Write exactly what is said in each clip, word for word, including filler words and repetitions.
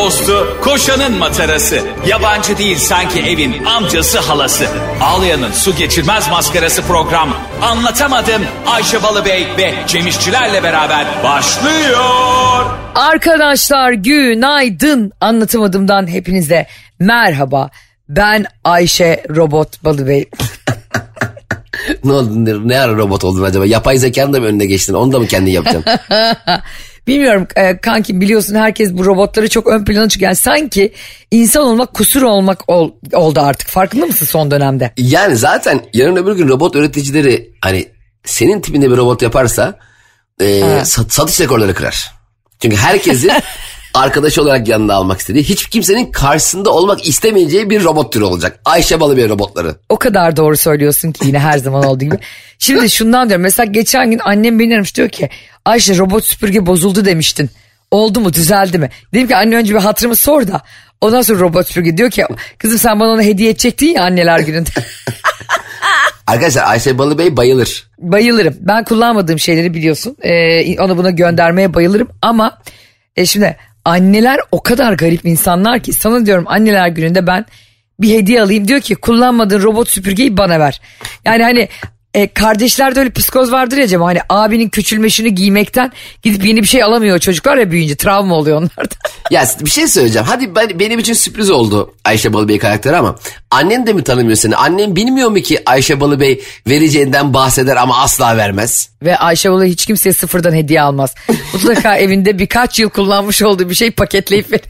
dostu, koşanın matarası. Yabancı değil sanki evin amcası halası. Ağlayan'ın su geçirmez maskarası program. Anlatamadım Ayşe Balıbey ve Cemişçilerle beraber başlıyor. Arkadaşlar günaydın. Anlatamadımdan hepinize merhaba. Ben Ayşe Robot Balıbey. Ne oldu? Ne ara robot oldun acaba? Yapay zekanın da mı önüne geçtin? Onu da mı kendin yapacaksın? Bilmiyorum e, kankim, biliyorsun herkes bu robotları çok ön plana çıkıyor. Yani sanki insan olmak kusur olmak ol, oldu artık. Farkında mısın son dönemde? Yani zaten yarın öbür gün robot üreticileri hani senin tipinde bir robot yaparsa e, sat, satış rekorları kırar. Çünkü herkesin arkadaş olarak yanında almak istediği, hiç kimsenin karşısında olmak istemeyeceği bir robot türü olacak. Ayşe Balıbey robotları. O kadar doğru söylüyorsun ki yine her zaman olduğu gibi. Şimdi şundan diyorum, mesela geçen gün annem beni aramış, diyor ki Ayşe robot süpürge bozuldu demiştin. Oldu mu, düzeldi mi? Dedim ki anne önce bir hatırımı sor da ondan sonra robot süpürge. Diyor ki kızım sen bana onu hediye edecektin ya anneler gününde. Arkadaşlar Ayşe Balıbey bayılır. Bayılırım. Ben kullanmadığım şeyleri biliyorsun. Ee, ona buna göndermeye bayılırım ama e, şimdi anneler o kadar garip insanlar ki, sana diyorum anneler gününde ben bir hediye alayım, diyor ki kullanmadığın robot süpürgeyi bana ver. Yani hani e, kardeşlerde öyle psikoz vardır ya Cem, hani abinin küçülmeşini giymekten gidip yeni bir şey alamıyor çocuklar ya, büyüyünce travma oluyor onlarda. Ya bir şey söyleyeceğim. Hadi ben, benim için sürpriz oldu Ayşe Balıbey karakteri ama annen de mi tanımıyor seni? Annen bilmiyor mu ki Ayşe Balıbey vereceğinden bahseder ama asla vermez? Ve Ayşe Balıbey hiç kimseye sıfırdan hediye almaz. Mutlaka evinde birkaç yıl kullanmış olduğu bir şey paketleyip verir.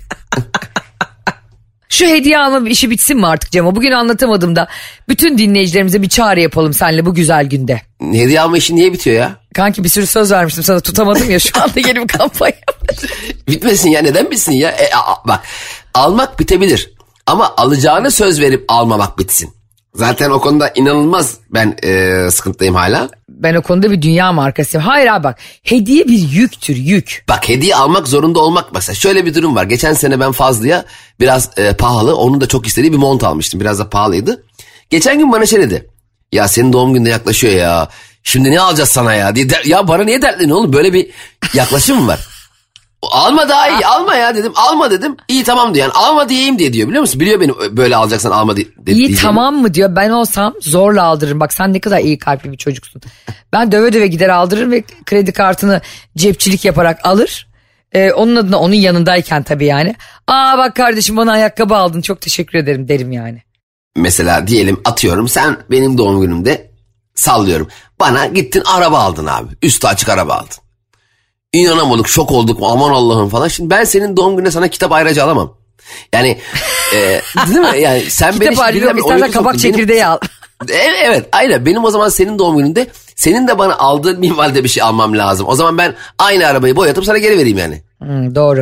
Şu hediye alma işi bitsin mi artık Cem? Bugün anlatamadım da bütün dinleyicilerimize bir çağrı yapalım seninle bu güzel günde. Hediye alma işi niye bitiyor ya? Kanki bir sürü söz vermiştim sana, tutamadım ya, şu anda yeni bir kampanya. Bitmesin ya, neden bitsin ya? E, a, a, bak almak bitebilir ama alacağını söz verip almamak bitsin. Zaten o konuda inanılmaz ben e, sıkıntıdayım hala. Ben o konuda bir dünya markasıyım. Hayır abi bak, hediye bir yüktür, yük. Bak hediye almak zorunda olmak, mesela şöyle bir durum var. Geçen sene ben Fazlı'ya biraz e, pahalı, onun da çok istediği bir mont almıştım. Biraz da pahalıydı. Geçen gün bana şey dedi. Ya senin doğum günde yaklaşıyor ya. Şimdi ne alacağız sana ya diye. Ya bana niye dertleniyorsun oğlum, böyle bir yaklaşım mı var? Alma daha iyi, alma ya dedim. Alma dedim. İyi tamam diyor. Yani alma diyeyim diye diyor, biliyor musun? Biliyor beni böyle alacaksan alma diye. İyi diyeceğim. Tamam mı diyor. Ben olsam zorla aldırırım. Bak sen ne kadar iyi kalpli bir çocuksun. Ben döve döve gider aldırırım ve kredi kartını cepçilik yaparak alır. Ee, onun adına, onun yanındayken tabii yani. Aa bak kardeşim bana ayakkabı aldın, çok teşekkür ederim derim yani. Mesela diyelim atıyorum sen benim doğum günümde, sallıyorum, bana gittin araba aldın abi. Üstü açık araba aldın. İnanamadık, şok olduk, aman Allah'ım falan. Şimdi ben senin doğum gününe sana kitap ayrıca alamam. Yani e, değil mi? Yani sen kitap beni ayrıca istersen kabak çekirdeği benim, al. Evet, evet aynen, benim o zaman senin doğum gününde senin de bana aldığın minvalde bir şey almam lazım. O zaman ben aynı arabayı boyatıp sana geri vereyim yani. Hmm, doğru.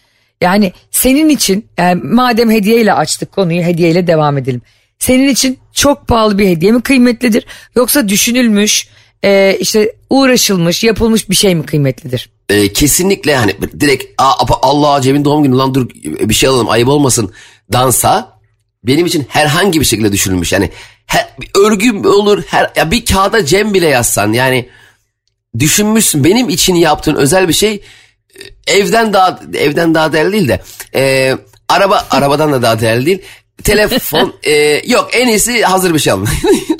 Yani senin için yani madem hediyeyle açtık konuyu, hediyeyle devam edelim. Senin için çok pahalı bir hediye mi kıymetlidir, yoksa düşünülmüş, e, işte uğraşılmış, yapılmış bir şey mi kıymetlidir? E, kesinlikle hani direkt Allah Cem'in doğum günü lan dur bir şey alalım ayıp olmasın dansa, benim için herhangi bir şekilde düşünülmüş. Yani her, örgü olur, her, ya bir kağıda Cem bile yazsan yani düşünmüşsün, benim için yaptığın özel bir şey. Evden daha evden daha değerli değil de e, araba arabadan da daha değerli değil. Telefon e, yok, en iyisi hazır bir şey alın.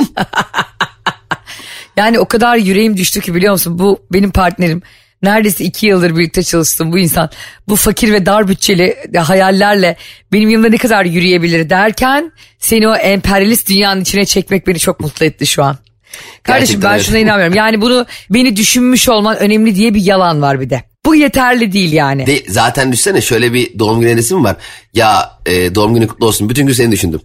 Yani o kadar yüreğim düştü ki biliyor musun, bu benim partnerim. Neredeyse iki yıldır birlikte çalıştım bu insan. Bu fakir ve dar bütçeli hayallerle benim yanımda ne kadar yürüyebilir derken seni o emperyalist dünyanın içine çekmek beni çok mutlu etti şu an. Kardeşim gerçekten ben öyle. Şuna inanmıyorum. Yani bunu beni düşünmüş olman önemli diye bir yalan var bir de. Bu yeterli değil yani. De, zaten düşünsene şöyle bir doğum günü hediyesi mi var? Ya e, doğum günü kutlu olsun. Bütün gün seni düşündüm.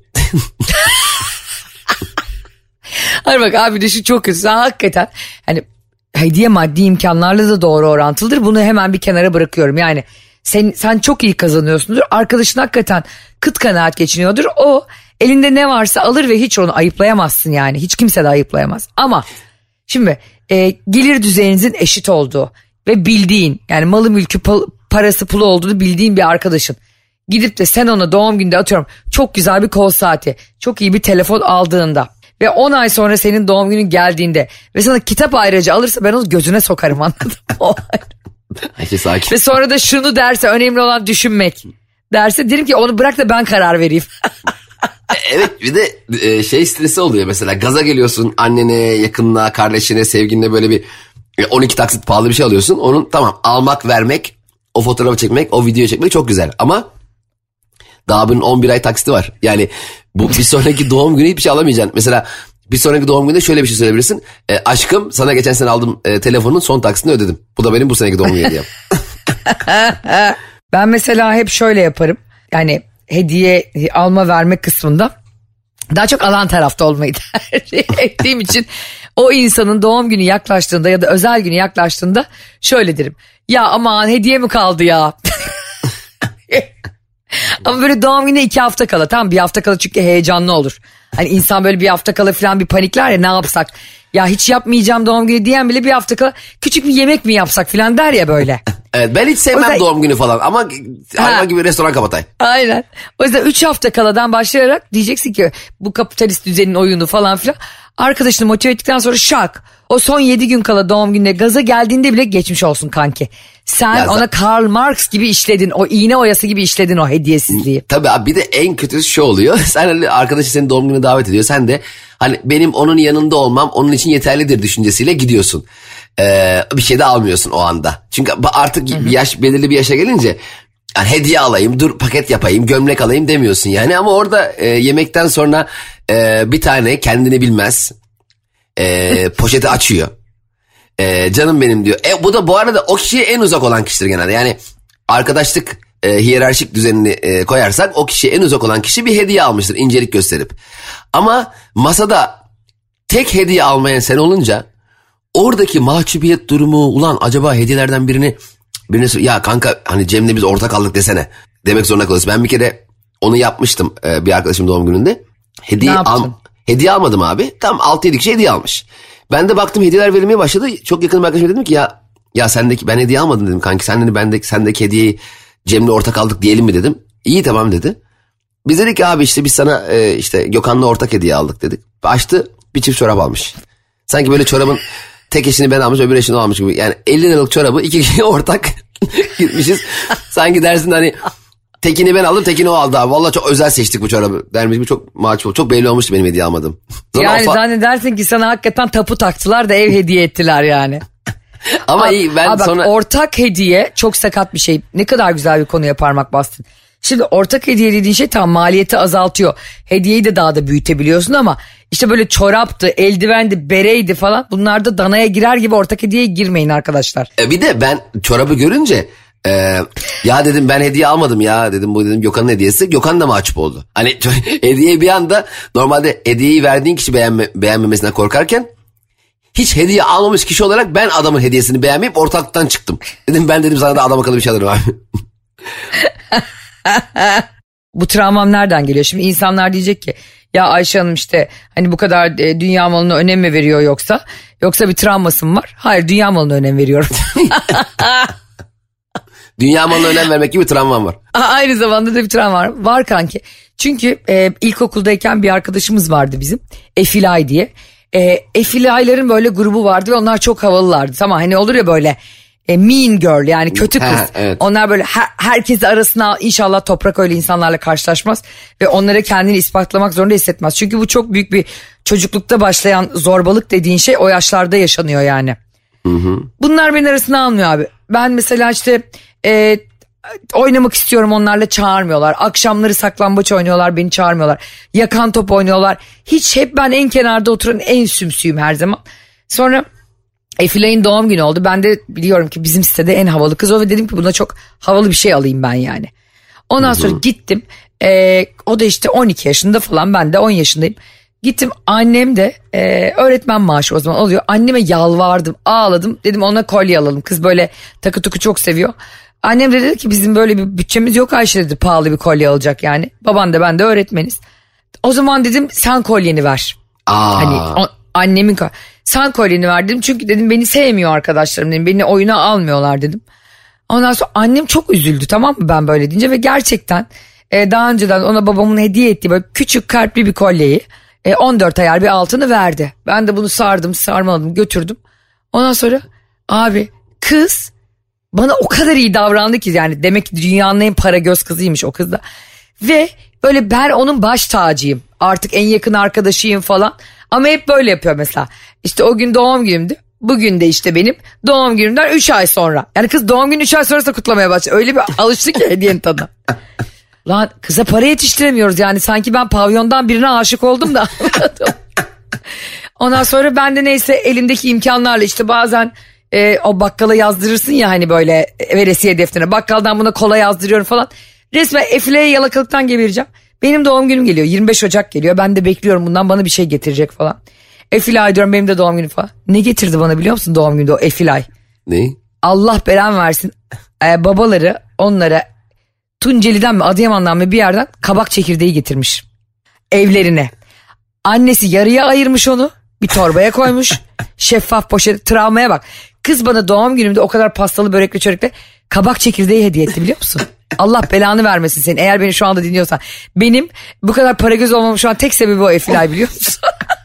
Hayır bak abi düşün, çok kötü. Sen hakikaten hani hediye maddi imkanlarla da doğru orantılıdır. Bunu hemen bir kenara bırakıyorum. Yani sen, sen çok iyi kazanıyorsundur. Arkadaşın hakikaten kıt kanaat geçiniyordur. O elinde ne varsa alır ve hiç onu ayıplayamazsın yani. Hiç kimse de ayıplayamaz. Ama şimdi e, gelir düzeyinizin eşit olduğu ve bildiğin, yani malı mülkü parası pulu olduğunu bildiğin bir arkadaşın gidip de sen ona doğum günde atıyorum çok güzel bir kol saati, çok iyi bir telefon aldığında ve on ay sonra senin doğum günün geldiğinde ve sana kitap ayrıca alırsa ben onu gözüne sokarım, anladın mı? Herkes sakin. Ve sonra da şunu derse, önemli olan düşünmek. derse derim ki onu bırak da ben karar vereyim. Evet, bir de e, şey stresi oluyor mesela, gaza geliyorsun, annene, yakınına, kardeşine, sevgiline böyle bir e, on iki taksit pahalı bir şey alıyorsun. Onun tamam, almak, vermek, o fotoğrafı çekmek, o videoyu çekmek çok güzel ama daha bunun on bir ay taksiti var. Yani bu bir sonraki doğum günü hiçbir şey alamayacaksın. Mesela bir sonraki doğum gününde şöyle bir şey söyleyebilirsin. E, aşkım, sana geçen sene aldığım e, telefonun son taksitini ödedim. Bu da benim bu seneki doğum günü hediyem. Ben mesela hep şöyle yaparım. Yani hediye alma verme kısmında daha çok alan tarafta olmayı tercih ettiğim için o insanın doğum günü yaklaştığında ya da özel günü yaklaştığında şöyle derim. Ya aman, hediye mi kaldı ya? Ama böyle doğum gününe iki hafta kala, tamam, bir hafta kala çünkü heyecanlı olur. Hani insan böyle bir hafta kala falan bir panikler ya, ne yapsak? Ya hiç yapmayacağım doğum günü diyen bile bir hafta kala küçük bir yemek mi yapsak falan der ya böyle. Evet, ben hiç sevmem yüzden... doğum günü falan ama hayvan ha. gibi restoran kapatay. Aynen. O yüzden üç hafta kaladan başlayarak diyeceksin ki bu kapitalist düzenin oyunu falan filan. Arkadaşını motive ettikten sonra şak. O son yedi gün kala doğum gününe gaza geldiğinde bile geçmiş olsun kanki. Sen ya ona zaten... Karl Marx gibi işledin. O iğne oyası gibi işledin o hediyesizliği. Tabii abi, bir de en kötüsü şu oluyor. Sen hani arkadaşı senin doğum gününe davet ediyor. Sen de hani benim onun yanında olmam onun için yeterlidir düşüncesiyle gidiyorsun. Ee, bir şey de almıyorsun o anda. Çünkü artık bir yaş, belirli bir yaşa gelince yani hediye alayım, dur paket yapayım, gömlek alayım demiyorsun yani. Ama orada e, yemekten sonra e, bir tane kendini bilmez e, poşeti açıyor. E, canım benim diyor. E, bu da bu arada o kişiye en uzak olan kişidir genelde. Yani arkadaşlık e, hiyerarşik düzenini e, koyarsak o kişiye en uzak olan kişi bir hediye almıştır, incelik gösterip. Ama masada tek hediye almayan sen olunca oradaki mahcubiyet durumu, ulan acaba hediyelerden birini birine ya kanka hani Cem'le biz ortak aldık desene demek zorunda kalıyorsun. Ben bir kere onu yapmıştım e, bir arkadaşım doğum gününde. Hediye al, hediye almadım abi. Tam altı yedi kişi hediye almış. Ben de baktım hediyeler verilmeye başladı. Çok yakın bir arkadaşım dedim ki ya ya sendeki, ben hediye almadım dedim kanki, sen de bendeki sendeki hediyeyi Cem'le ortak aldık diyelim mi dedim. İyi tamam dedi. Biz dedik ki abi işte biz sana e, işte Gökhan'la ortak hediye aldık dedik. Açtı, bir çift çorap almış. Sanki böyle çorabın tek eşini ben almış, öbür eşini almış gibi. Yani elli liralık çorabı iki kişi ortak gitmişiz. Sanki dersin hani tekini ben aldım, tekini o aldı abi. Vallahi çok özel seçtik bu çorabı dermiş gibi, çok mahcup oldu. Çok belli olmuştu benim hediye almadım. Sonra yani fa- zannedersin ki sana hakikaten tapu taktılar da ev hediye ettiler yani. Ama abi, iyi ben abi sonra... Bak, ortak hediye çok sakat bir şey. Ne kadar güzel bir konuya parmak bastın. Şimdi ortak hediye dediğin şey tam maliyeti azaltıyor. Hediyeyi de daha da büyütebiliyorsun ama işte böyle çoraptı, eldivendi, bereydi falan, bunlar da danaya girer gibi ortak hediyeye girmeyin arkadaşlar. E bir de ben çorabı görünce e, ya dedim ben hediye almadım ya dedim, bu dedim Gökhan'ın hediyesi. Gökhan da mahcup oldu. Hani hediye bir anda, normalde hediyeyi verdiğin kişi beğenme, beğenmemesinden korkarken hiç hediye almamış kişi olarak ben adamın hediyesini beğenmeyip ortaklıktan çıktım. Dedim ben dedim sana da adam akıllı bir şey alırım abi. Bu travmam nereden geliyor? Şimdi insanlar diyecek ki ya Ayşe Hanım işte hani bu kadar e, dünya malına önem mi veriyor yoksa? Yoksa bir travması mı var? Hayır, dünya malına önem veriyorum. Dünya malına önem vermek gibi bir travmam var. Aynı zamanda da bir travma var. Var kanki. Çünkü e, ilkokuldayken bir arkadaşımız vardı bizim. Efilay diye. E, Efilayların böyle grubu vardı ve onlar çok havalılardı. Tamam, hani olur ya böyle e, mean girl, yani kötü kız. Ha, evet. Onlar böyle her, herkes arasına, inşallah Toprak öyle insanlarla karşılaşmaz ve onlara kendini ispatlamak zorunda hissetmez. Çünkü bu çok büyük bir çocuklukta başlayan zorbalık dediğin şey o yaşlarda yaşanıyor yani. Hı hı. Bunlar beni arasına almıyor abi. Ben mesela işte e, oynamak istiyorum, onlarla çağırmıyorlar. Akşamları saklambaç oynuyorlar, beni çağırmıyorlar. Yakan top oynuyorlar. Hiç, hep ben en kenarda oturan en sümsüyüm her zaman. Sonra Efilay'ın doğum günü oldu. Ben de biliyorum ki bizim sitede en havalı kız o ve dedim ki buna çok havalı bir şey alayım ben yani. Ondan sonra gittim. Ee, o da işte on iki yaşında falan, ben de on yaşındayım. Gittim, annem de e, öğretmen maaşı o zaman alıyor. Anneme yalvardım, ağladım. Dedim ona kolye alalım. Kız böyle takı tuku çok seviyor. Annem de dedi ki bizim böyle bir bütçemiz yok Ayşe dedi, pahalı bir kolye alacak yani. Baban da ben de öğretmeniz. O zaman dedim sen kolyeni ver. Aa. Hani o, annemin sen kolyeni ver dedim. Çünkü dedim beni sevmiyor arkadaşlarım dedim. Beni oyuna almıyorlar dedim. Ondan sonra annem çok üzüldü, tamam mı, ben böyle deyince ve gerçekten e, daha önceden ona babamın hediye ettiği böyle küçük kalpli bir kolyeyi e, on dört ayar bir altını verdi. Ben de bunu sardım, sarmaladım, götürdüm. Ondan sonra abi kız bana o kadar iyi davrandı ki yani demek ki dünyanın en para göz kızıymış o kız da. Ve böyle ben onun baş tacıyım. Artık en yakın arkadaşıyım falan. Ama hep böyle yapıyor mesela. İşte o gün doğum günümdü. Bugün de işte benim doğum günümden üç ay sonra. Yani kız doğum günü üç ay sonrasında kutlamaya başladı. Öyle bir alıştık ya hediyenin tadına. Lan kıza para yetiştiremiyoruz yani. Sanki ben pavyondan birine aşık oldum da. Ondan sonra ben de neyse elimdeki imkanlarla işte bazen e, o bakkala yazdırırsın ya hani böyle veresiye defterine. Bakkaldan buna kola yazdırıyorum falan. Resmen Efile'ye yalakalıktan gebereceğim. Benim doğum günüm geliyor. yirmi beş Ocak geliyor. Ben de bekliyorum bundan bana bir şey getirecek falan. Efilay diyorum benim de doğum günüm falan. Ne getirdi bana biliyor musun doğum gününde o Efilay? Ne? Allah belamı versin. Ee, babaları onlara Tunceli'den mi Adıyaman'dan mı bir yerden kabak çekirdeği getirmiş. Evlerine. Annesi yarıya ayırmış onu. Bir torbaya koymuş. Şeffaf poşet. Travmaya bak. Kız bana doğum günümde o kadar pastalı börekli çörekle kabak çekirdeği hediye etti biliyor musun? Allah belanı vermesin seni eğer beni şu anda dinliyorsan. Benim bu kadar para göz olmamın şu an tek sebebi o Efilay biliyor musun?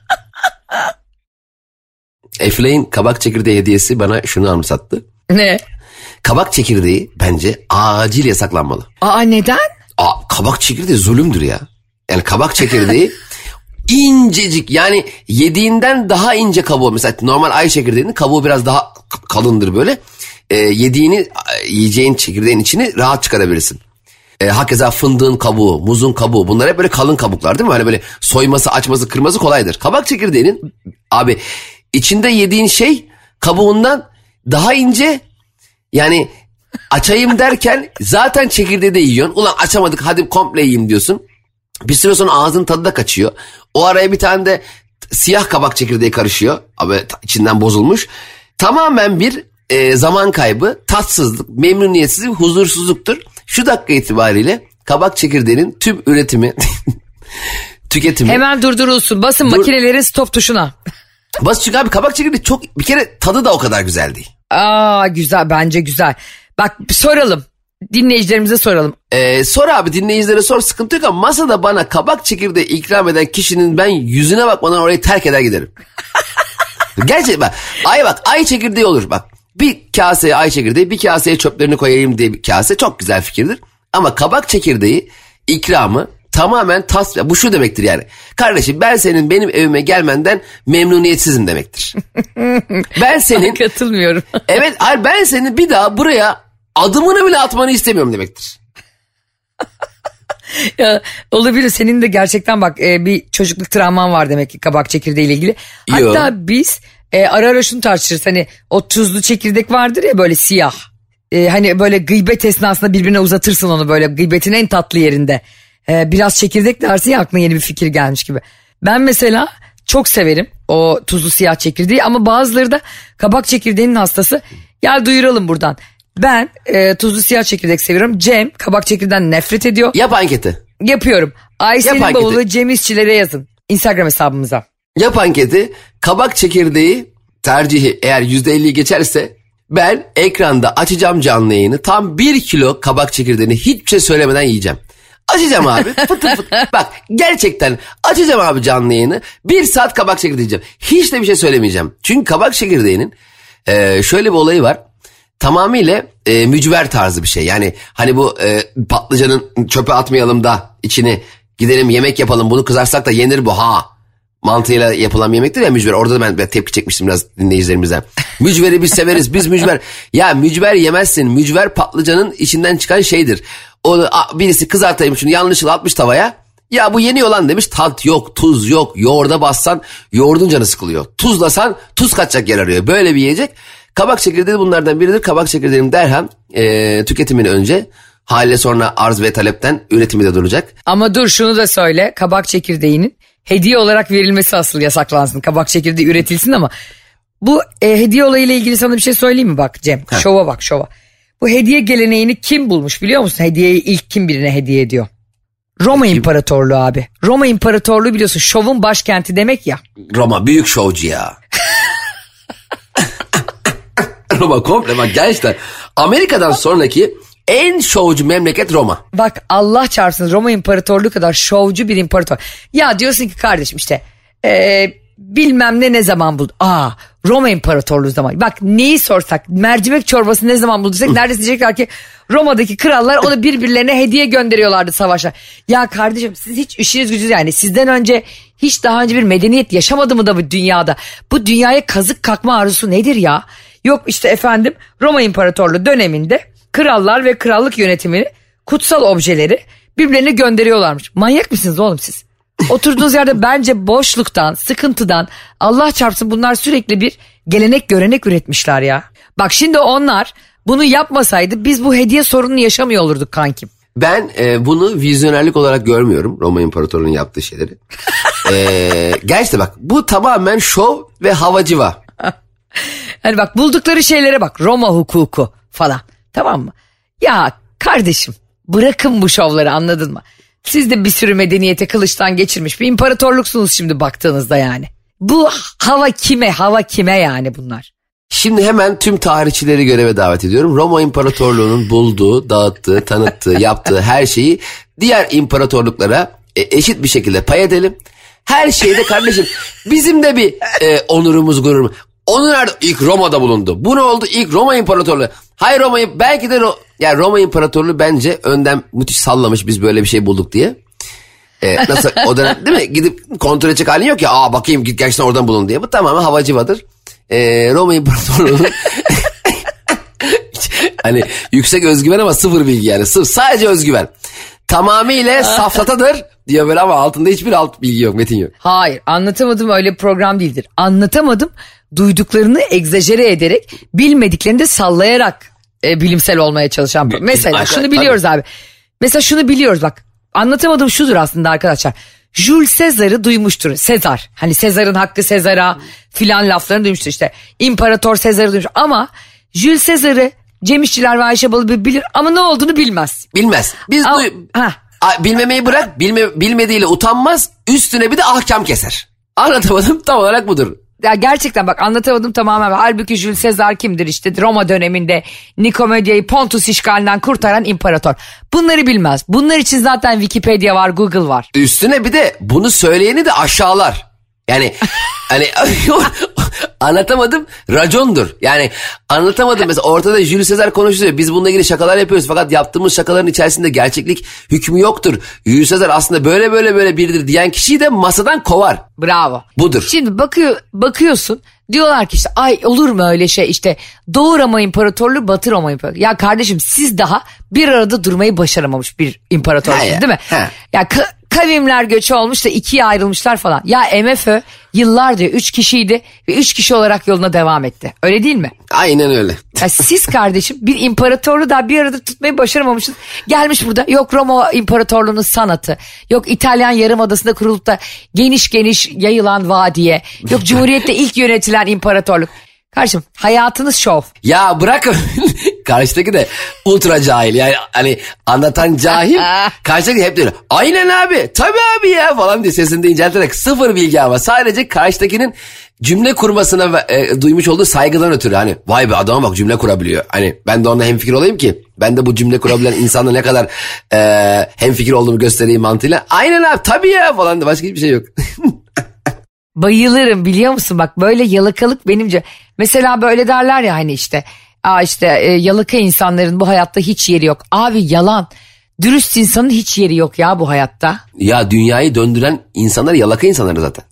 Efilay'ın kabak çekirdeği hediyesi bana şunu anımsattı. Ne? Kabak çekirdeği bence acil yasaklanmalı. Aa neden? Aa, kabak çekirdeği zulümdür ya. Yani kabak çekirdeği incecik yani yediğinden daha ince kabuğu. Mesela normal ay çekirdeğinin kabuğu biraz daha kalındır böyle. Ee, yediğini yiyeceğin çekirdeğin içini rahat çıkarabilirsin. Ee, hakeza fındığın kabuğu, muzun kabuğu bunlar hep böyle kalın kabuklar değil mi? Hani böyle soyması, açması, kırması kolaydır. Kabak çekirdeğinin abi içinde yediğin şey kabuğundan daha ince. Yani açayım derken zaten çekirdeği de yiyorsun. Ulan açamadık hadi komple yiyeyim diyorsun. Bir süre sonra ağzın tadı da kaçıyor. O araya bir tane de siyah kabak çekirdeği karışıyor. Abi içinden bozulmuş. Tamamen bir e, zaman kaybı, tatsızlık, memnuniyetsizlik, huzursuzluktur. Şu dakika itibariyle kabak çekirdeğinin tüm üretimi, tüketimi. Hemen durdurulsun. Basın Dur. makinelerin stop tuşuna. Bas çünkü abi kabak çekirdeği çok bir kere tadı da o kadar güzel değil. Aa güzel bence güzel. Bak soralım. Dinleyicilerimize soralım. Ee, sor abi dinleyicilere sor sıkıntı yok ama masada bana kabak çekirdeği ikram eden kişinin ben yüzüne bakmadan orayı terk eder giderim. Gerçekten bak ay bak ay çekirdeği olur bak. Bir kaseye ay çekirdeği bir kaseye çöplerini koyayım diye bir kase çok güzel fikirdir. Ama kabak çekirdeği ikramı tamamen tas bu şu demektir yani. Kardeşim ben senin benim evime gelmenden memnuniyetsizim demektir. Ben senin. Katılmıyorum. Evet hayır ben senin bir daha buraya adımını bile atmanı istemiyorum demektir. Ya, olabilir senin de gerçekten bak e, bir çocukluk travman var demek ki kabak çekirdeği ile ilgili. Hatta Yo. biz e, ara ara şunu tartışırız hani o tuzlu çekirdek vardır ya böyle siyah. E, hani böyle gıybet esnasında birbirine uzatırsın onu böyle gıybetin en tatlı yerinde. E, biraz çekirdek dersin ya aklına yeni bir fikir gelmiş gibi. Ben mesela çok severim o tuzlu siyah çekirdeği ama bazıları da kabak çekirdeğinin hastası. Gel duyuralım buradan. Ben e, tuzlu siyah çekirdek seviyorum. Cem kabak çekirdeğinden nefret ediyor. Yap anketi. Yapıyorum. Ayşe'nin bavulu Cem İşçilere yazın. Instagram hesabımıza. Yap anketi. Kabak çekirdeği tercihi eğer yüzde elliyi geçerse ben ekranda açacağım canlı yayını. Tam bir kilo kabak çekirdeğini hiçbir şey söylemeden yiyeceğim. Açacağım abi fıtır fıtır. Bak gerçekten açacağım abi canlı yayını. Bir saat kabak çekirdeği yiyeceğim. Hiç de bir şey söylemeyeceğim. Çünkü kabak çekirdeğinin e, şöyle bir olayı var. Tamamıyla e, mücver tarzı bir şey. Yani hani bu e, patlıcanın çöpe atmayalım da içini gidelim yemek yapalım bunu kızarsak da yenir bu ha. Mantığıyla yapılan bir yemektir ya mücver. Orada da ben, ben tepki çekmiştim biraz dinleyicilerimizden. Mücveri biz severiz biz mücver. Ya mücver yemezsin. Mücver patlıcanın içinden çıkan şeydir. O birisi kızartayım şunu yanlışlıkla atmış tavaya. Ya bu yeniyor lan demiş tat yok tuz yok. Yoğurda bassan yoğurdun canı sıkılıyor. Tuzlasan tuz kaçacak yer arıyor. Böyle bir yiyecek. Kabak çekirdeği bunlardan biridir. Kabak çekirdeğinin derhal e, tüketimini önce haliyle sonra arz ve talepten üretimi de duracak. Ama dur şunu da söyle kabak çekirdeğinin hediye olarak verilmesi asıl yasaklansın. Kabak çekirdeği üretilsin ama bu e, hediye olayıyla ilgili sana bir şey söyleyeyim mi bak Cem? Heh. Şova bak şova. Bu hediye geleneğini kim bulmuş biliyor musun? Hediyeyi ilk kim birine hediye ediyor? Roma kim? İmparatorluğu abi. Roma İmparatorluğu biliyorsun şovun başkenti demek ya. Roma büyük şovcu ya. Roma komple bak gerçekten Amerika'dan sonraki en şovcu memleket Roma. Bak Allah çarpsın Roma İmparatorluğu kadar şovcu bir imparator. Ya diyorsun ki kardeşim işte e, bilmem ne ne zaman buldu. Aa, Roma İmparatorluğu zaman. Bak neyi sorsak, mercimek çorbası ne zaman bulduysak neredeyse diyecekler ki Roma'daki krallar onu birbirlerine hediye gönderiyorlardı savaşa. Ya kardeşim siz hiç işiniz gücünüz yani sizden önce hiç daha önce bir medeniyet yaşamadı mı da bu dünyada? Bu dünyaya kazık kakma arzusu nedir ya? Yok işte efendim Roma İmparatorluğu döneminde krallar ve krallık yönetimini, kutsal objeleri birbirlerine gönderiyorlarmış. Manyak mısınız oğlum siz? Oturduğunuz yerde bence boşluktan, sıkıntıdan Allah çarpsın bunlar sürekli bir gelenek görenek üretmişler ya. Bak şimdi onlar bunu yapmasaydı biz bu hediye sorununu yaşamıyor olurduk kankim. Ben e, bunu vizyonerlik olarak görmüyorum Roma İmparatorluğu'nun yaptığı şeyleri. e, gerçekten bak bu tamamen şov ve havacıva. Hani bak buldukları şeylere bak, Roma hukuku falan, tamam mı? Ya kardeşim bırakın bu şovları, anladın mı? Siz de bir sürü medeniyete kılıçtan geçirmiş bir imparatorluksunuz şimdi baktığınızda yani. Bu hava kime, hava kime yani bunlar? Şimdi hemen tüm tarihçileri göreve davet ediyorum. Roma İmparatorluğu'nun bulduğu, dağıttığı, tanıttığı, yaptığı her şeyi diğer imparatorluklara e, eşit bir şekilde pay edelim. Her şeyde kardeşim bizim de bir e, onurumuz, gururumuz. Onu nerede? İlk Roma'da bulundu. Bu ne oldu? İlk Roma İmparatorluğu. Hayır Roma'yı belki de Ro- yani Roma İmparatorluğu bence önden müthiş sallamış biz böyle bir şey bulduk diye. Ee, nasıl o dönem değil mi? Gidip kontrol edecek halin yok ya. Aa bakayım git gerçekten oradan bulun diye. Bu tamamen havacıvadır. Ee, Roma İmparatorluğu'nun hani yüksek özgüven ama sıfır bilgi yani. Sıfır, sadece özgüven. Tamamıyla safsatadır diyor böyle ama altında hiçbir alt bilgi yok, metin yok. Hayır, anlatamadım öyle bir program değildir. Anlatamadım duyduklarını egzajere ederek, bilmediklerini de sallayarak e, bilimsel olmaya çalışan. Mesela şunu biliyoruz abi. Mesela şunu biliyoruz bak. Anlatamadım şudur aslında arkadaşlar. Jules Caesar'ı duymuştur. Sezar. Hani Sezar'ın hakkı Sezar'a filan laflarını duymuştur işte. İmparator Sezar'ı duymuştur. Ama Jules Caesar'ı Cem İşçiler ve Ayşe Balıbey bilir ama ne olduğunu bilmez. Bilmez. Biz Ama, duy- ha. bilmemeyi bırak, bilme, bilmediğiyle utanmaz, üstüne bir de ahkam keser. Anlatamadım tam olarak budur. Ya gerçekten bak anlatamadım tamamen. Halbuki Jules Caesar kimdir işte Roma döneminde Nikomedia'yı Pontus işgalinden kurtaran imparator. Bunları bilmez. Bunlar için zaten Wikipedia var, Google var. Üstüne bir de bunu söyleyeni de aşağılar. Yani hani anlatamadım racondur. Yani anlatamadım mesela ortada Jules Caesar konuşuyor. Biz bununla ilgili şakalar yapıyoruz fakat yaptığımız şakaların içerisinde gerçeklik hükmü yoktur. Jules Caesar aslında böyle böyle böyle biridir diyen kişiyi de masadan kovar. Bravo. Budur. Şimdi bakıyor, bakıyorsun diyorlar ki işte ay olur mu öyle şey işte Doğu Roma İmparatorluğu Batı Roma İmparatorluğu. Ya kardeşim siz daha bir arada durmayı başaramamış bir imparatorluğunuz değil mi? He. Ya ka- kavimler göçü olmuş da ikiye ayrılmışlar falan. Ya M F Ö yıllardır üç kişiydi ve üç kişi olarak yoluna devam etti. Öyle değil mi? Aynen öyle. Ya siz kardeşim bir imparatorluğu daha bir arada tutmayı başaramamışsınız. Gelmiş burada yok Roma İmparatorluğu'nun sanatı, yok İtalyan Yarımadası'nda kurulup da geniş geniş yayılan vadiye, yok Cumhuriyet'te ilk yönetilen imparatorluk. Kardeşim hayatınız şov. Ya bırakın karşıdaki de ultra cahil yani hani anlatan cahil karşıdaki hep diyor aynen abi tabii abi ya falan diye sesini de incelterek sıfır bilgi ama sadece karşıdakinin cümle kurmasına e, duymuş olduğu saygıdan ötürü hani vay be adama bak cümle kurabiliyor. Hani ben de onunla hemfikir olayım ki ben de bu cümle kurabilen insanla ne kadar e, hemfikir olduğumu göstereyim mantığıyla aynen abi tabii ya falan da başka hiçbir şey yok. Bayılırım biliyor musun bak böyle yalakalık benimce. Mesela böyle derler ya hani işte aa işte e, yalaka insanların bu hayatta hiç yeri yok. Abi yalan. Dürüst insanın hiç yeri yok ya bu hayatta. Ya dünyayı döndüren insanlar yalaka insanlar zaten.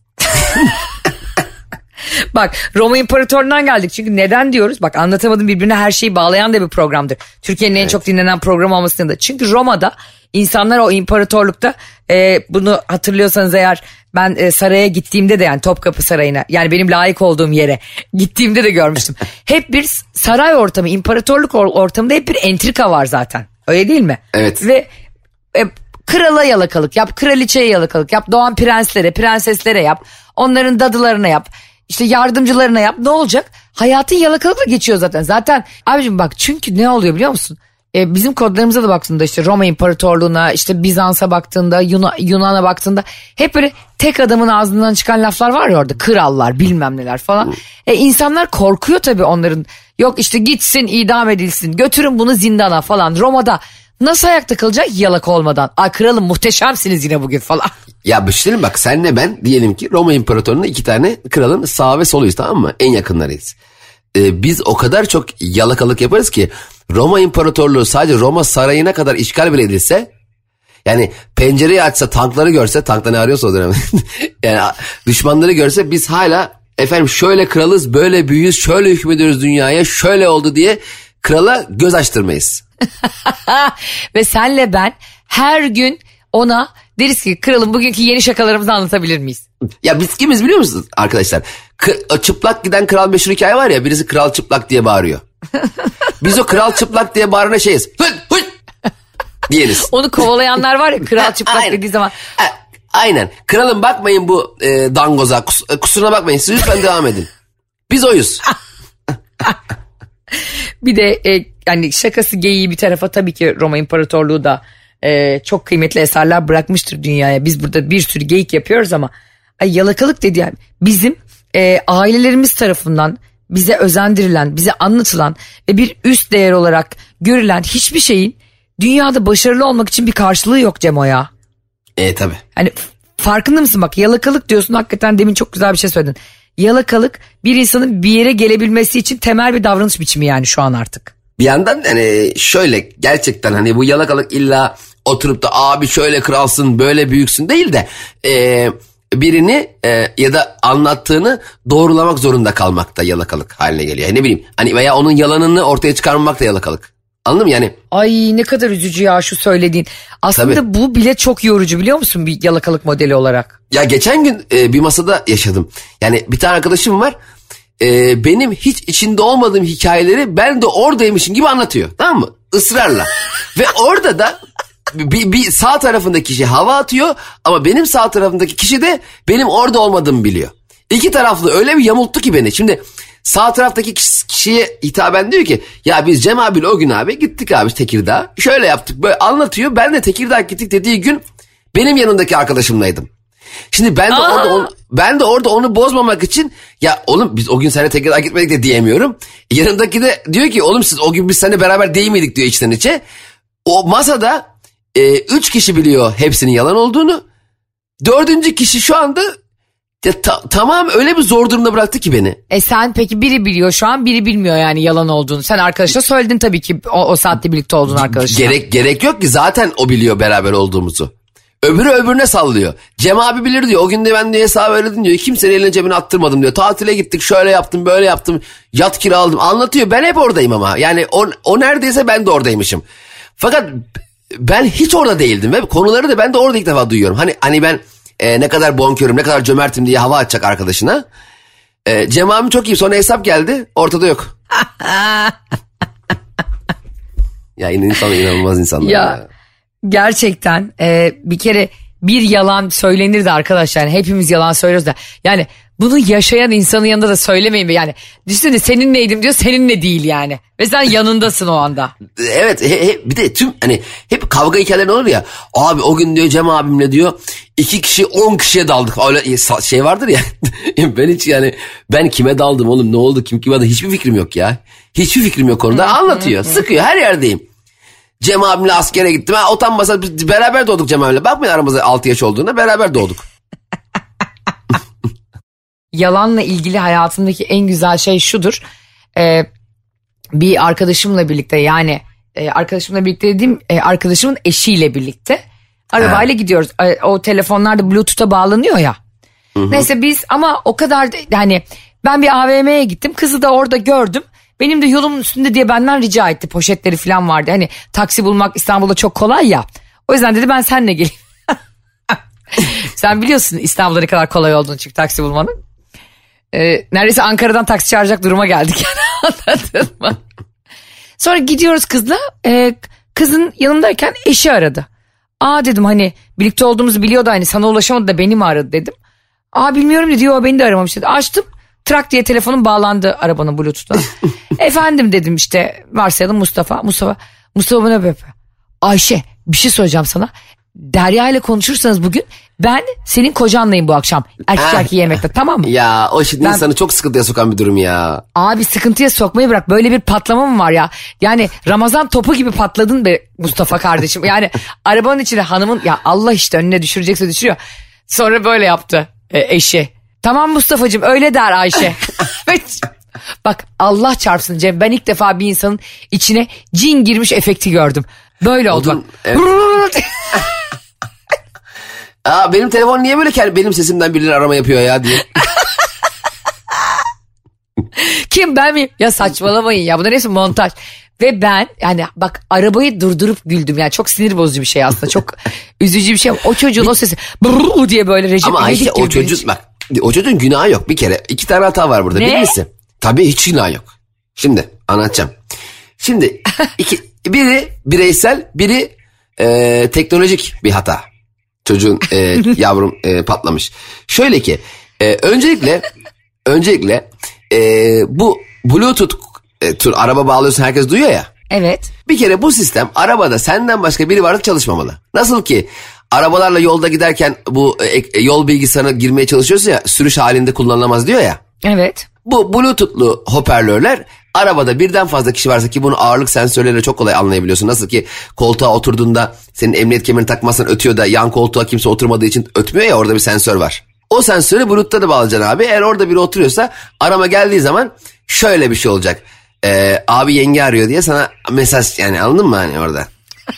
Bak Roma İmparatorluğundan geldik çünkü neden diyoruz? Bak anlatamadım birbirine her şeyi bağlayan da bir programdır. Türkiye'nin evet. en çok dinlenen program olmasında. Çünkü Roma'da insanlar o imparatorlukta e, bunu hatırlıyorsanız eğer ben e, saraya gittiğimde de yani Topkapı Sarayı'na yani benim layık olduğum yere gittiğimde de görmüştüm. Hep bir saray ortamı, imparatorluk ortamında hep bir entrika var zaten. Öyle değil mi? Evet. Ve e, krala yalakalık yap, kraliçeye yalakalık yap, doğan prenslere, prenseslere yap, onların dadılarına yap. İşte yardımcılarına yap ne olacak? Hayatın yalakalıkla geçiyor zaten. Zaten abicim bak çünkü ne oluyor biliyor musun? Ee, bizim kodlarımıza da baktığında işte Roma İmparatorluğu'na işte Bizans'a baktığında Yuna, Yunan'a baktığında hep böyle tek adamın ağzından çıkan laflar var ya orada krallar bilmem neler falan. E, insanlar korkuyor tabii onların yok işte gitsin idam edilsin götürün bunu zindana falan. Roma'da Nasıl ayakta kalacak yalaka olmadan? Ay kralım muhteşemsiniz yine bugün falan. Ya düşünelim bak, senle ben diyelim ki Roma İmparatorluğu'nun iki tane kralın sağ ve soluyuz, tamam mı? En yakınlarıyız. Ee, biz o kadar çok yalakalık yaparız ki Roma İmparatorluğu sadece Roma sarayına kadar işgal bile edilse, yani pencereyi açsa tankları görse, tankta ne arıyorsa o dönem yani düşmanları görse, biz hala efendim şöyle kralız, böyle büyüyüz, şöyle hükmediyoruz dünyaya, şöyle oldu diye krala göz açtırmayız. Ve senle ben her gün ona deriz ki kralım bugünkü yeni şakalarımızı anlatabilir miyiz? Ya biz kimiz biliyor musunuz arkadaşlar? K- çıplak giden kral meşhur hikaye var ya, birisi kral çıplak diye bağırıyor. Biz o kral çıplak diye bağırana şeyiz. Hıt hıt diyeriz. Onu kovalayanlar var ya, kral çıplak dediği zaman. Aynen. Kralım bakmayın bu e, dangoza, kus, kusuruna bakmayın, siz lütfen devam edin. Biz oyuz. Bir de e, yani şakası geyiği bir tarafa, tabii ki Roma İmparatorluğu da e, çok kıymetli eserler bırakmıştır dünyaya. Biz burada bir sürü geyik yapıyoruz ama ay, yalakalık dedi yani bizim e, ailelerimiz tarafından bize özendirilen, bize anlatılan ve bir üst değer olarak görülen hiçbir şeyin dünyada başarılı olmak için bir karşılığı yok Cemo ya. E tabii. Hani farkında mısın, bak yalakalık diyorsun, hakikaten demin çok güzel bir şey söyledin. Yalakalık bir insanın bir yere gelebilmesi için temel bir davranış biçimi yani şu an artık. Bir yandan hani şöyle gerçekten hani bu yalakalık illa oturup da abi şöyle kralsın böyle büyüksün değil de e, birini e, ya da anlattığını doğrulamak zorunda kalmak da yalakalık haline geliyor. Yani ne bileyim hani veya onun yalanını ortaya çıkarmamak da yalakalık. Anladın mı yani? Ay ne kadar üzücü ya şu söylediğin. Aslında tabii, bu bile çok yorucu biliyor musun bir yalakalık modeli olarak? Ya geçen gün e, bir masada yaşadım. Yani bir tane arkadaşım var. E, benim hiç içinde olmadığım hikayeleri ben de oradaymışım gibi anlatıyor. Tamam mı? Israrla. Ve orada da bir, bir sağ tarafındaki kişi hava atıyor ama benim sağ tarafımdaki kişi de benim orada olmadığımı biliyor. İki taraflı öyle bir yamulttu ki beni. Şimdi sağ taraftaki kişiye hitaben diyor ki ya biz Cem abiyle o gün abi gittik abi Tekirdağ. Şöyle yaptık böyle anlatıyor. Ben de Tekirdağ gittik dediği gün benim yanındaki arkadaşımlaydım. Şimdi ben de Aa. orada onu, ben de orada onu bozmamak için ya oğlum biz o gün seninle Tekirdağ gitmedik de diyemiyorum. Yanındaki de diyor ki oğlum siz o gün biz seninle beraber değil miydik diyor içten içe. O masada e, üç kişi biliyor hepsinin yalan olduğunu. Dördüncü kişi şu anda ya, ta, tamam öyle bir zor durumda bıraktı ki beni. E sen peki biri biliyor şu an, biri bilmiyor yani yalan olduğunu. Sen arkadaşına söyledin tabii ki o, o saatte birlikte olduğun arkadaşına. Gerek gerek yok ki zaten o biliyor beraber olduğumuzu. Öbürü öbürüne sallıyor. Cem abi bilir diyor. O gün de ben diye hesabı öğredim diyor. Kimsenin eline cebine attırmadım diyor. Tatile gittik şöyle yaptım böyle yaptım. Yat kiraladım anlatıyor. Ben hep oradayım ama. Yani o, o neredeyse ben de oradaymışım. Fakat ben hiç orada değildim. Ve konuları da ben de orada ilk defa duyuyorum. Hani hani ben e, ne kadar bonkörüm ne kadar cömertim diye hava atacak arkadaşına. E, Cem abim çok iyi. Sonra hesap geldi. Ortada yok. Ya yine insan inanılmaz insanlar. Ya. ya. Gerçekten e, bir kere bir yalan söylenir de arkadaşlar yani hepimiz yalan söylüyoruz da yani bunu yaşayan insanın yanında da söylemeyin. Yani düşünsene seninleydim diyor, seninle değil yani ve sen yanındasın o anda. Evet he, he, bir de tüm hani hep kavga hikayeleri olur ya abi o gün diyor Cem abimle diyor iki kişi on kişiye daldık öyle şey vardır ya. Ben hiç yani ben kime daldım oğlum ne oldu kim kime daldı hiçbir fikrim yok ya hiçbir fikrim yok orada anlatıyor sıkıyor her yerdeyim. Cem abimle askere gittim. Ha, utanmasa beraber doğduk Cem abimle. Bakmayın aramızda altı yaş olduğuna beraber doğduk. Yalanla ilgili hayatımdaki en güzel şey şudur. Ee, bir arkadaşımla birlikte yani e, arkadaşımla birlikte dediğim e, arkadaşımın eşiyle birlikte arabayla ha. gidiyoruz. E, o telefonlar da Bluetooth'a bağlanıyor ya. Hı hı. Neyse biz ama o kadar da, hani ben bir A V M'ye gittim. Kızı da orada gördüm. Benim de yolumun üstünde diye benden rica etti. Poşetleri falan vardı. Hani taksi bulmak İstanbul'da çok kolay ya. O yüzden dedi ben seninle geleyim. Sen biliyorsun İstanbul'da ne kadar kolay olduğunu çünkü taksi bulmanın. Ee, neredeyse Ankara'dan taksi çağıracak duruma geldik. Anladın mı? Sonra gidiyoruz kızla. E, kızın yanımdayken eşi aradı. Aa dedim hani birlikte olduğumuzu biliyordu hani sana ulaşamadı da beni mi aradı dedim. Aa bilmiyorum dedi. O beni de aramamış dedi. Açtım. Trak diye telefonum bağlandı arabanın Bluetooth'una. Efendim dedim işte varsayalım Mustafa. Mustafa Mustafa bana böyle Ayşe bir şey söyleyeceğim sana. Derya ile konuşursanız bugün Ben senin kocanlayım bu akşam. Erkek erkeği yemekte, tamam mı? Ya o şimdi Ben- insanı çok sıkıntıya sokan bir durum ya. Abi sıkıntıya sokmayı bırak. Böyle bir patlama mı var ya? Yani Ramazan topu gibi patladın be Mustafa kardeşim. Yani arabanın içinde hanımın, ya Allah işte önüne düşürecekse düşürüyor. Sonra böyle yaptı e, eşi. Tamam Mustafa'cığım öyle der Ayşe. Bak Allah çarpsın Cem, ben ilk defa bir insanın içine cin girmiş efekti gördüm. Böyle oldu. Oğlum, evet. Aa, benim telefon niye böyle kendi, benim sesimden birileri arama yapıyor ya diye. Kim, ben miyim? Ya saçmalamayın ya, bunların hepsi montaj. Ve ben yani bak arabayı durdurup güldüm, yani çok sinir bozucu bir şey aslında, çok üzücü bir şey. O çocuğun o sesi brrr diye böyle Recep Ama İvedik Ayşe gibi o çocuk bak, o çocuğun günahı yok bir kere. İki tane hata var burada. Ne? Birincisi tabii hiç günah yok. Şimdi anlatacağım. Şimdi iki, biri bireysel, biri e, teknolojik bir hata. Çocuğun e, yavrum e, patlamış. Şöyle ki e, öncelikle öncelikle e, bu Bluetooth e, tür araba bağlıyorsun, herkes duyuyor ya. Evet. Bir kere bu sistem arabada senden başka biri varlık çalışmamalı. Nasıl ki arabalarla yolda giderken bu e, yol bilgisayarına girmeye çalışıyorsun ya, sürüş halinde kullanılamaz diyor ya. Evet. Bu Bluetooth'lu hoparlörler arabada birden fazla kişi varsa, ki bunu ağırlık sensörleriyle çok kolay anlayabiliyorsun. Nasıl ki koltuğa oturduğunda senin emniyet kemerini takmazsan ötüyor da yan koltuğa kimse oturmadığı için ötmüyor ya, orada bir sensör var. O sensörü Bluetooth'ta da bağlayacaksın abi. Eğer orada biri oturuyorsa arama geldiği zaman şöyle bir şey olacak. Ee, abi yenge arıyor diye sana mesaj, yani anladın mı hani orada?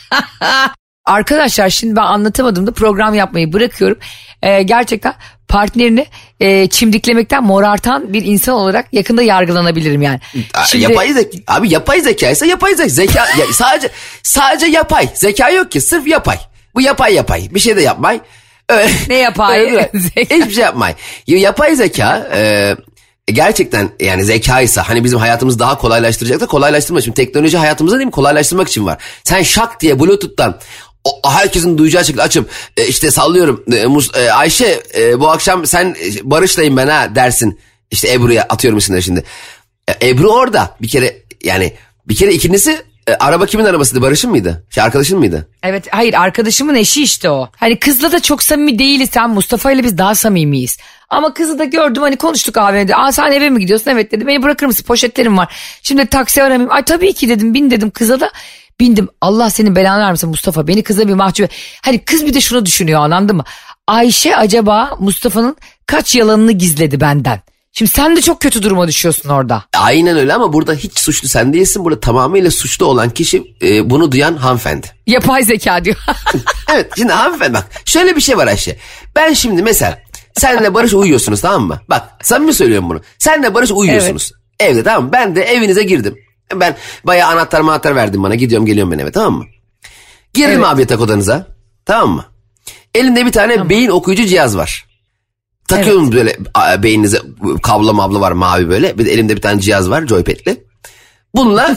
Arkadaşlar şimdi ben anlatamadığımda program yapmayı bırakıyorum. Ee, gerçekten partnerini e, çimdiklemekten morartan bir insan olarak yakında yargılanabilirim yani. Şimdi... Yapay zeka, abi yapay zekaysa yapay zeka. Zeka ya, sadece sadece yapay. Zeka yok ki, sırf yapay. Bu yapay yapay. Bir şey de yapmay. Öyle, ne yapay? Hiçbir şey yapmay. Yapay zeka e, gerçekten yani zekaysa hani bizim hayatımızı daha kolaylaştıracak da kolaylaştırmak için. Teknoloji hayatımızda değil mi? Kolaylaştırmak için var. Sen şak diye Bluetooth'tan o, herkesin duyacağı şekilde açıp e, işte sallıyorum e, Mus, e, Ayşe e, bu akşam sen Barış'layım ben ha dersin. İşte Ebru'ya atıyorum isimleri şimdi. E, Ebru orada bir kere, yani bir kere ikincisi e, araba kimin arabasıydı? Barış'ın mıydı? Şey, arkadaşın mıydı? Evet, hayır, arkadaşımın eşi işte o. Hani kızla da çok samimi değiliz. Sen Mustafa ile biz daha samimiyiz. Ama kızı da gördüm, hani konuştuk A V M'de. Aa sen eve mi gidiyorsun? Evet dedi. Beni bırakır mısın? Poşetlerim var. Şimdi taksi aramayayım. Ay tabii ki dedim. Bin dedim, kıza da bindim. Allah senin belanı vermesin Mustafa. Beni kıza bir mahcup. Hani kız bir de şunu düşünüyor, anladın mı? Ayşe acaba Mustafa'nın kaç yalanını gizledi benden? Şimdi sen de çok kötü duruma düşüyorsun orada. Aynen öyle, ama burada hiç suçlu sen değilsin. Burada tamamıyla suçlu olan kişi e, bunu duyan hanımefendi. Yapay zeka diyor. Evet, şimdi hanımefendi bak şöyle bir şey var Ayşe. Ben şimdi mesela senle Barış uyuyorsunuz, tamam mı? Bak samimi söylüyorum bunu. Senle Barış uyuyorsunuz. Evet. Evde, tamam mı? Ben de evinize girdim. Ben bayağı anahtar manahtar verdim bana. Gidiyorum geliyorum ben eve, tamam mı? Girdim evet. Abi yatak odanıza. Tamam mı? Elimde bir tane tamam. beyin okuyucu cihaz var. Takıyorum evet. Böyle beyninize, kablo mablo var mavi böyle. Bir de elimde bir tane cihaz var, joypad'li. Bununla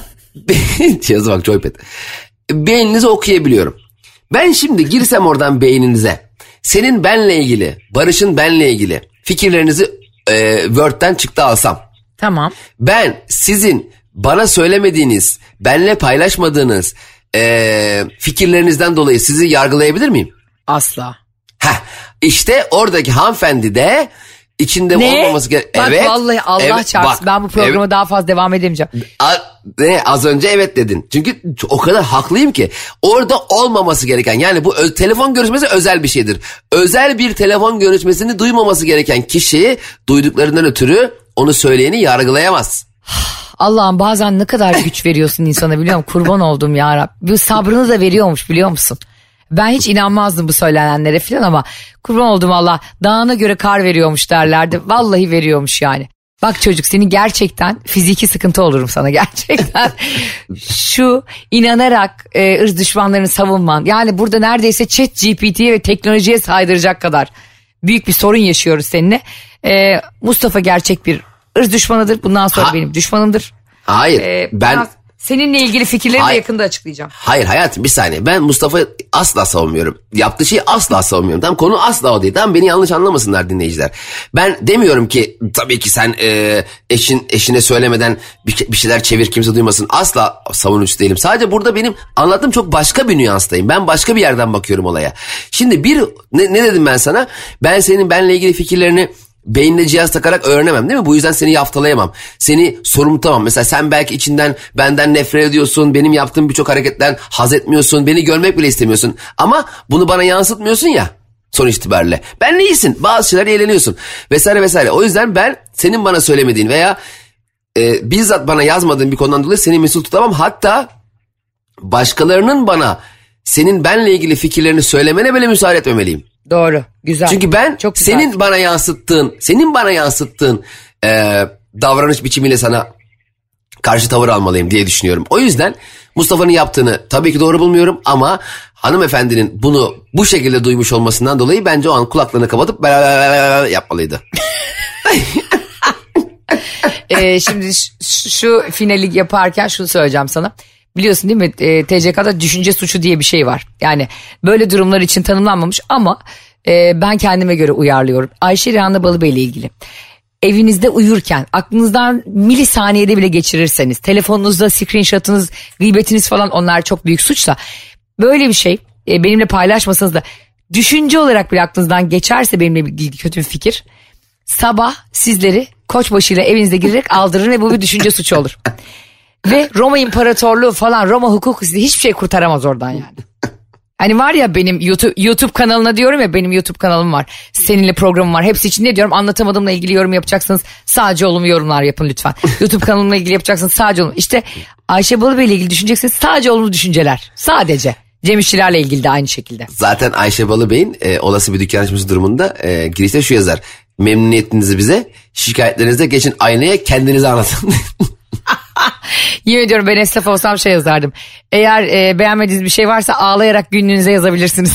cihazı bak, joypad. Beyninizi okuyabiliyorum. Ben şimdi girsem oradan beyninize, senin benle ilgili, Barış'ın benle ilgili fikirlerinizi e, Word'den çıktı alsam. Tamam. Ben sizin bana söylemediğiniz, benle paylaşmadığınız e, fikirlerinizden dolayı sizi yargılayabilir miyim? Asla. Heh, işte oradaki hanımefendi de içinde ne? Olmaması gereken. Bak evet, vallahi Allah evet, çarpsın, ben bu programa evet. Daha fazla devam edemeyeceğim. A, ne, az önce evet dedin. Çünkü o kadar haklıyım ki. Orada olmaması gereken, yani bu ö, telefon görüşmesi özel bir şeydir. Özel bir telefon görüşmesini duymaması gereken kişiyi duyduklarından ötürü onu söyleyeni yargılayamaz. Allah'ım bazen ne kadar güç veriyorsun insana, biliyor musun? Kurban oldum ya Rabbi. Bu sabrını da veriyormuş, biliyor musun? Ben hiç inanmazdım bu söylenenlere falan, ama kurban oldum Allah. Dağına göre kar veriyormuş derlerdi. Vallahi veriyormuş yani. Bak çocuk, seni gerçekten fiziki sıkıntı olurum sana gerçekten. Şu inanarak e, ırz düşmanlarını savunman. Yani burada neredeyse Chat G P T'ye ve teknolojiye saydıracak kadar büyük bir sorun yaşıyoruz seninle. E, Mustafa gerçek bir ırz düşmanıdır. Bundan sonra ha. benim düşmanımdır. Hayır. Ee, ben Seninle ilgili fikirleri Hayır. de yakında açıklayacağım. Hayır hayatım bir saniye. Ben Mustafa'yı asla savunmuyorum. Yaptığı şeyi asla savunmuyorum. Tamam, konu asla o değil. Tamam, beni yanlış anlamasınlar dinleyiciler. Ben demiyorum ki tabii ki sen e, eşin eşine söylemeden bir, bir şeyler çevir kimse duymasın. Asla savunucu değilim. Sadece burada benim anlattığım çok başka bir nüanstayım. Ben başka bir yerden bakıyorum olaya. Şimdi bir ne, ne dedim ben sana? Ben senin benle ilgili fikirlerini beynine cihaz takarak öğrenemem değil mi? Bu yüzden seni yaftalayamam. Seni sorumlutamam. Mesela sen belki içinden benden nefret ediyorsun. Benim yaptığım birçok hareketten haz etmiyorsun. Beni görmek bile istemiyorsun. Ama bunu bana yansıtmıyorsun ya sonuç itibariyle. Ben iyisin. Bazı şeyler eğleniyorsun. Vesaire vesaire. O yüzden ben senin bana söylemediğin veya e, bizzat bana yazmadığın bir konudan dolayı seni mesul tutamam. Hatta başkalarının bana senin benle ilgili fikirlerini söylemene bile müsaade etmemeliyim. Doğru, güzel. Çünkü ben çok güzel. senin bana yansıttığın, senin bana yansıttığın e, davranış biçimiyle sana karşı tavır almalıyım diye düşünüyorum. O yüzden Mustafa'nın yaptığını tabii ki doğru bulmuyorum ama hanımefendinin bunu bu şekilde duymuş olmasından dolayı bence o an kulaklarını kapatıp beraber yapmalıydı. ee, şimdi şu, şu finali yaparken şunu söyleyeceğim sana. Biliyorsun değil mi? E, T C K'da düşünce suçu diye bir şey var. Yani böyle durumlar için tanımlanmamış ama e, ben kendime göre uyarlıyorum. Ayşe Rihanna Balıbey ile ilgili. Evinizde uyurken aklınızdan milisaniyede bile geçirirseniz, telefonunuzda screenshotınız, gıybetiniz falan, onlar çok büyük suçsa, böyle bir şey e, benimle paylaşmasanız da düşünce olarak bile aklınızdan geçerse benimle ilgili kötü bir fikir, sabah sizleri koçbaşıyla evinize girerek aldırır ve bu bir düşünce suçu olur. Ve Roma İmparatorluğu falan, Roma hukuku sizi hiçbir şey kurtaramaz oradan yani. Hani var ya benim YouTube, YouTube kanalına diyorum ya, benim YouTube kanalım var. Seninle programım var. Hepsi için ne diyorum? Anlatamadığımla ilgili yorum yapacaksınız. Sadece olumlu yorumlar yapın lütfen. YouTube kanalımla ilgili yapacaksınız. Sadece olumlu. İşte Ayşe Balıbey ile ilgili düşüneceksiniz. Sadece olumlu düşünceler. Sadece. Cem İşçilerle ilgili de aynı şekilde. Zaten Ayşe Balıbey'in e, olası bir dükkan açması durumunda e, girişte şu yazar. Memnuniyetinizi bize, şikayetlerinize geçin aynaya, kendinize anlatın. Yemin ediyorum ben esnaf olsam şey yazardım. Eğer e, beğenmediğiniz bir şey varsa ağlayarak günlüğünüze yazabilirsiniz.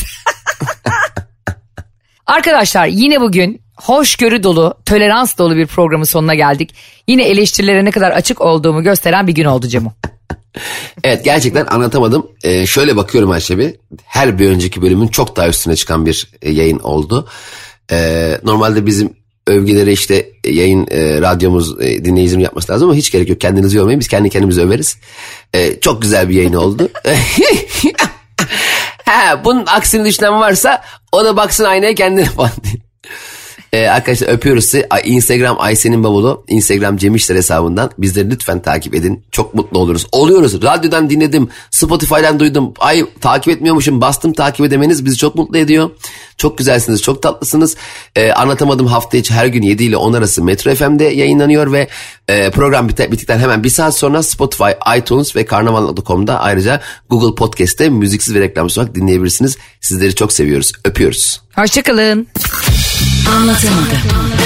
Arkadaşlar yine bugün hoşgörü dolu, tolerans dolu bir programın sonuna geldik. Yine eleştirilere ne kadar açık olduğumu gösteren bir gün oldu Cemo. Evet, gerçekten anlatamadım. Ee, şöyle bakıyorum Ayşe bir. Her bir önceki bölümün çok daha üstüne çıkan bir e, yayın oldu. Ee, normalde bizim övgüleri işte yayın e, radyomuz e, dinleyicinin yapması lazım ama hiç gerek yok. Kendinizi yormayın, biz kendi kendimizi överiz. E, çok güzel bir yayın oldu. ha, bunun aksini düşünen varsa o da baksın aynaya kendine falan diye. Ee, arkadaşlar öpüyoruz sizi. Instagram Ayşe'nin bavulu, Instagram Cem İşler hesabından bizleri lütfen takip edin. Çok mutlu oluruz. Oluyoruz. Radyodan dinledim, Spotify'dan duydum. Ay takip etmiyormuşum, bastım takip edemeniz bizi çok mutlu ediyor. Çok güzelsiniz, çok tatlısınız. Ee, anlatamadım hafta içi her gün yedi ile on arası Metro F M'de yayınlanıyor ve e, program bit- bittikten hemen bir saat sonra Spotify, iTunes ve karnaval nokta com'da ayrıca Google Podcast'te müziksiz ve reklamsız olarak dinleyebilirsiniz. Sizleri çok seviyoruz. Öpüyoruz. Hoşçakalın. Anlatamadım.